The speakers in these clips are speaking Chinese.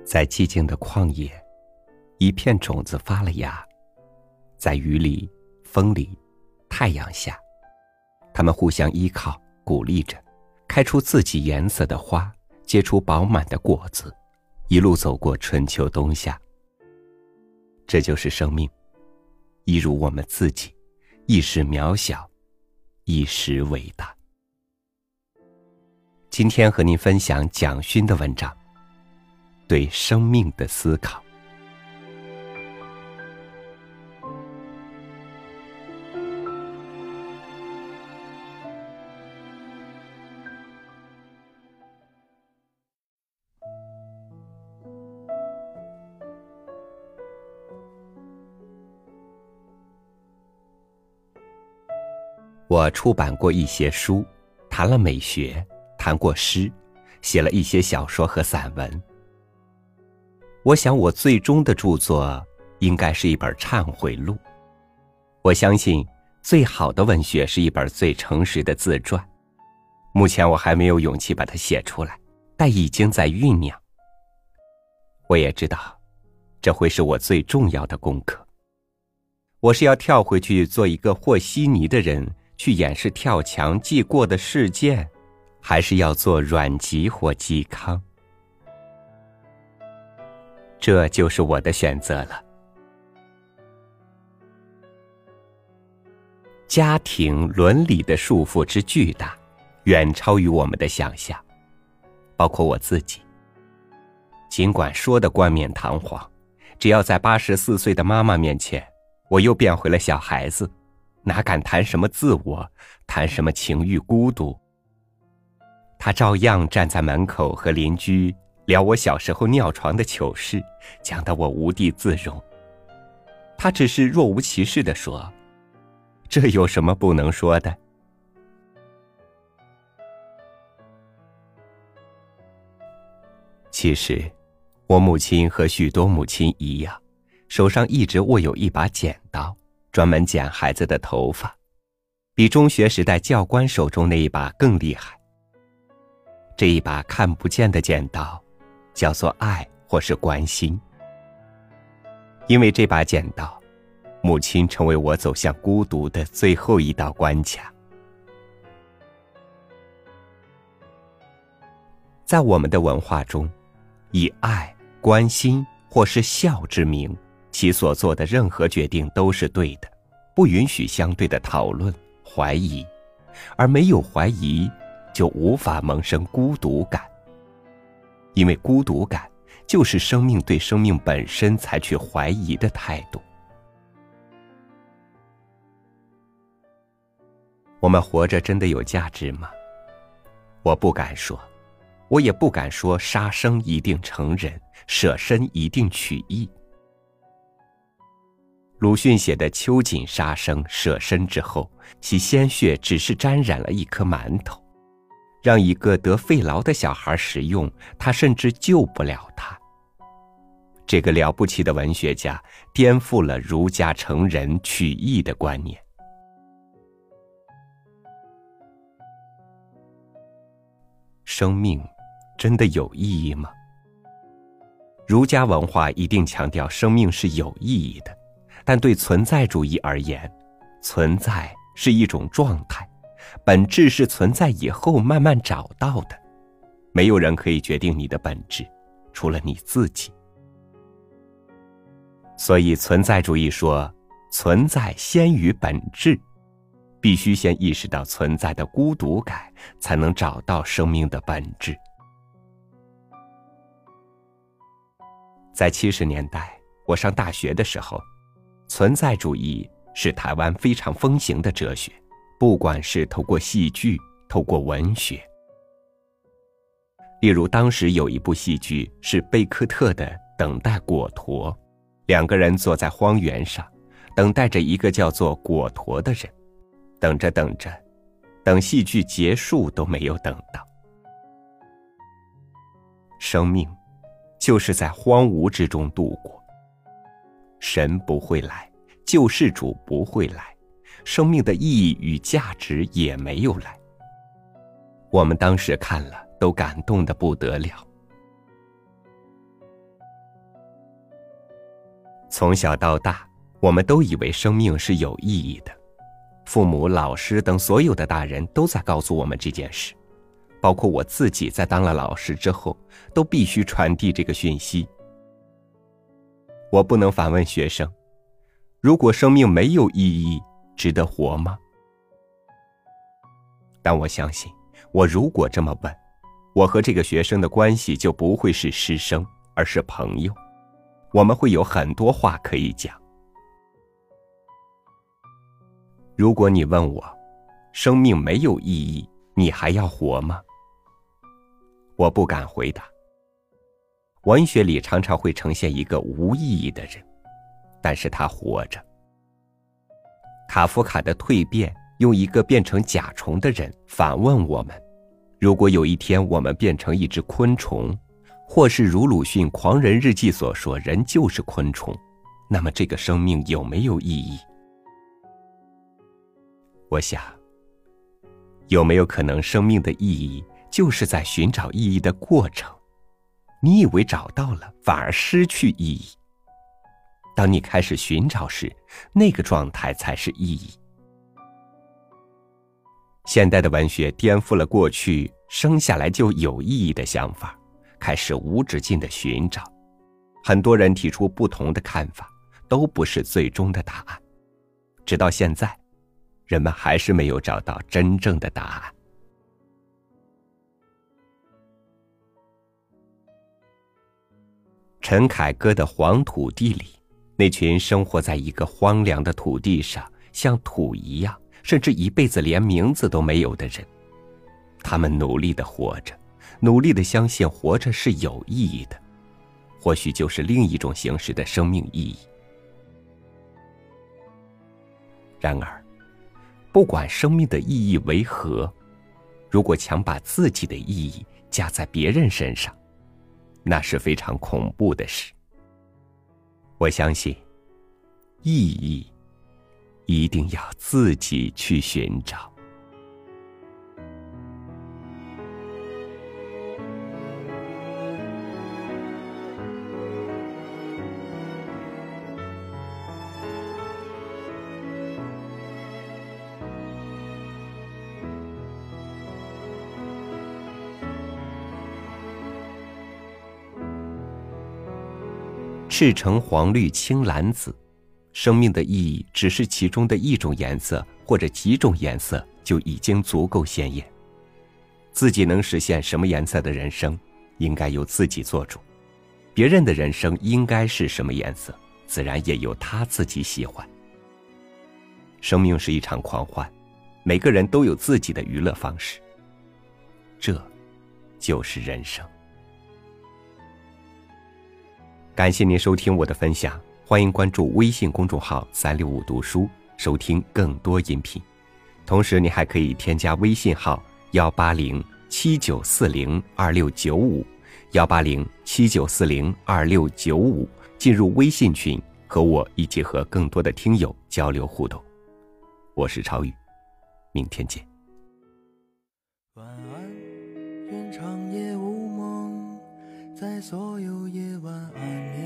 在寂静的旷野，一片种子发了芽，在雨里、风里、太阳下，它们互相依靠，鼓励着，开出自己颜色的花，结出饱满的果子，一路走过春秋冬夏。这就是生命，一如我们自己，一时渺小，一时伟大。今天和您分享蒋勋的文章，对生命的思考。我出版过一些书，谈了美学，谈过诗，写了一些小说和散文。我想我最终的著作应该是一本忏悔录。我相信最好的文学是一本最诚实的自传。目前我还没有勇气把它写出来，但已经在酝酿。我也知道，这会是我最重要的功课。我是要跳回去做一个和稀泥的人，去演示跳墙记过的事件，还是要做阮籍或嵇康？这就是我的选择了。家庭伦理的束缚之巨大，远超于我们的想象，包括我自己。尽管说的冠冕堂皇，只要在84岁的妈妈面前，我又变回了小孩子，哪敢谈什么自我，谈什么情欲孤独。他照样站在门口和邻居聊我小时候尿床的糗事，讲得我无地自容。他只是若无其事地说，这有什么不能说的？其实我母亲和许多母亲一样，手上一直握有一把剪刀，专门剪孩子的头发，比中学时代教官手中那一把更厉害。这一把看不见的剪刀叫做爱或是关心。因为这把剪刀，母亲成为我走向孤独的最后一道关卡。在我们的文化中，以爱、关心或是孝之名，其所做的任何决定都是对的，不允许相对的讨论、怀疑，而没有怀疑，就无法萌生孤独感。因为孤独感就是生命对生命本身采取怀疑的态度。我们活着真的有价值吗？我不敢说，我也不敢说杀生一定成仁，舍身一定取义。鲁迅写的秋瑾杀生舍身之后，其鲜血只是沾染了一颗馒头，让一个得肺痨的小孩食用，他甚至救不了他。这个了不起的文学家颠覆了儒家成仁取义的观念。生命真的有意义吗？儒家文化一定强调生命是有意义的，但对存在主义而言，存在是一种状态，本质是存在以后慢慢找到的。没有人可以决定你的本质，除了你自己。所以存在主义说，存在先于本质，必须先意识到存在的孤独感，才能找到生命的本质。在70年代，我上大学的时候，存在主义是台湾非常风行的哲学，不管是透过戏剧，透过文学。例如当时有一部戏剧是贝克特的《等待果陀》，两个人坐在荒原上，等待着一个叫做果陀的人，等着等着，等戏剧结束都没有等到。生命就是在荒芜之中度过，神不会来，救世主不会来，生命的意义与价值也没有来。我们当时看了都感动得不得了。 从小到大，我们都以为生命是有意义的，父母、老师等所有的大人都在告诉我们这件事，包括我自己在当了老师之后，都必须传递这个讯息。我不能反问学生，如果生命没有意义，值得活吗？但我相信，我如果这么问，我和这个学生的关系就不会是师生，而是朋友。我们会有很多话可以讲。如果你问我，生命没有意义，你还要活吗？我不敢回答。文学里常常会呈现一个无意义的人，但是他活着。卡夫卡的蜕变用一个变成甲虫的人反问我们，如果有一天我们变成一只昆虫，或是如鲁迅《狂人日记》所说，人就是昆虫，那么这个生命有没有意义？我想，有没有可能生命的意义就是在寻找意义的过程？你以为找到了，反而失去意义。当你开始寻找时，那个状态才是意义。现代的文学颠覆了过去生下来就有意义的想法，开始无止境的寻找。很多人提出不同的看法，都不是最终的答案。直到现在，人们还是没有找到真正的答案。陈凯歌的《黄土地》里，那群生活在一个荒凉的土地上，像土一样，甚至一辈子连名字都没有的人，他们努力地活着，努力地相信活着是有意义的，或许就是另一种形式的生命意义。然而，不管生命的意义为何，如果强把自己的意义加在别人身上，那是非常恐怖的事。我相信，意义一定要自己去寻找。赤橙黄绿青蓝紫，生命的意义只是其中的一种颜色或者几种颜色就已经足够鲜艳。自己能实现什么颜色的人生，应该由自己做主。别人的人生应该是什么颜色，自然也由他自己喜欢。生命是一场狂欢，每个人都有自己的娱乐方式，这就是人生。感谢您收听我的分享，欢迎关注微信公众号365读书，收听更多音频。同时你还可以添加微信号18079402695，18079402695，进入微信群，和我一起和更多的听友交流互动。我是超宇，明天见。 晚安，愿长夜无梦，在所有夜晚安眠。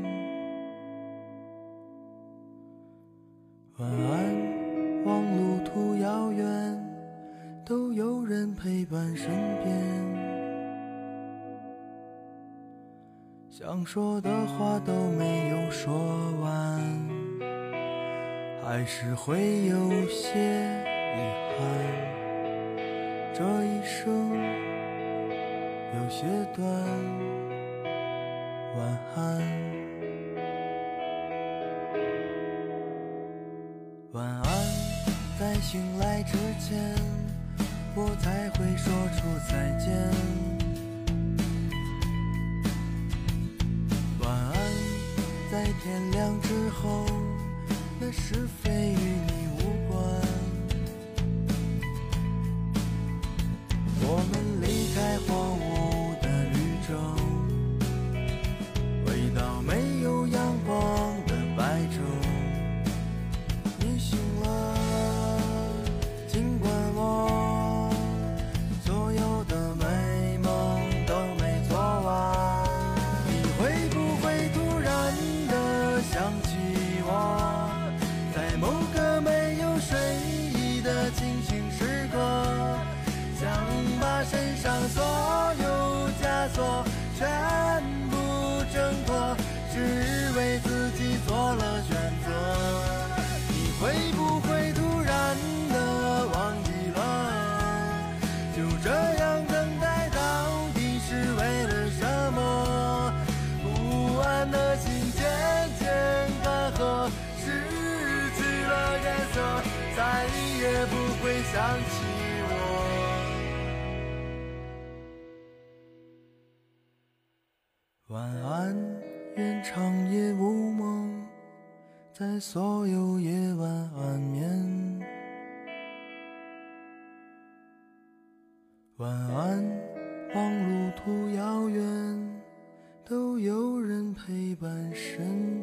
晚安，望路途遥远，都有人陪伴身边。想说的话都没有说完，还是会有些遗憾。这一生有些短，晚安。晚安，在醒来之前，我才会说出再见。晚安，在天亮之后，那是非与你无关。我们离开荒芜的绿洲，回到没有阳光的白昼。你醒了，尽管我所有的美梦都没做完。你会不会突然的想也不会想起我。晚安，愿长夜无梦，在所有夜晚安眠。晚安，望路途遥远，都有人陪伴身边。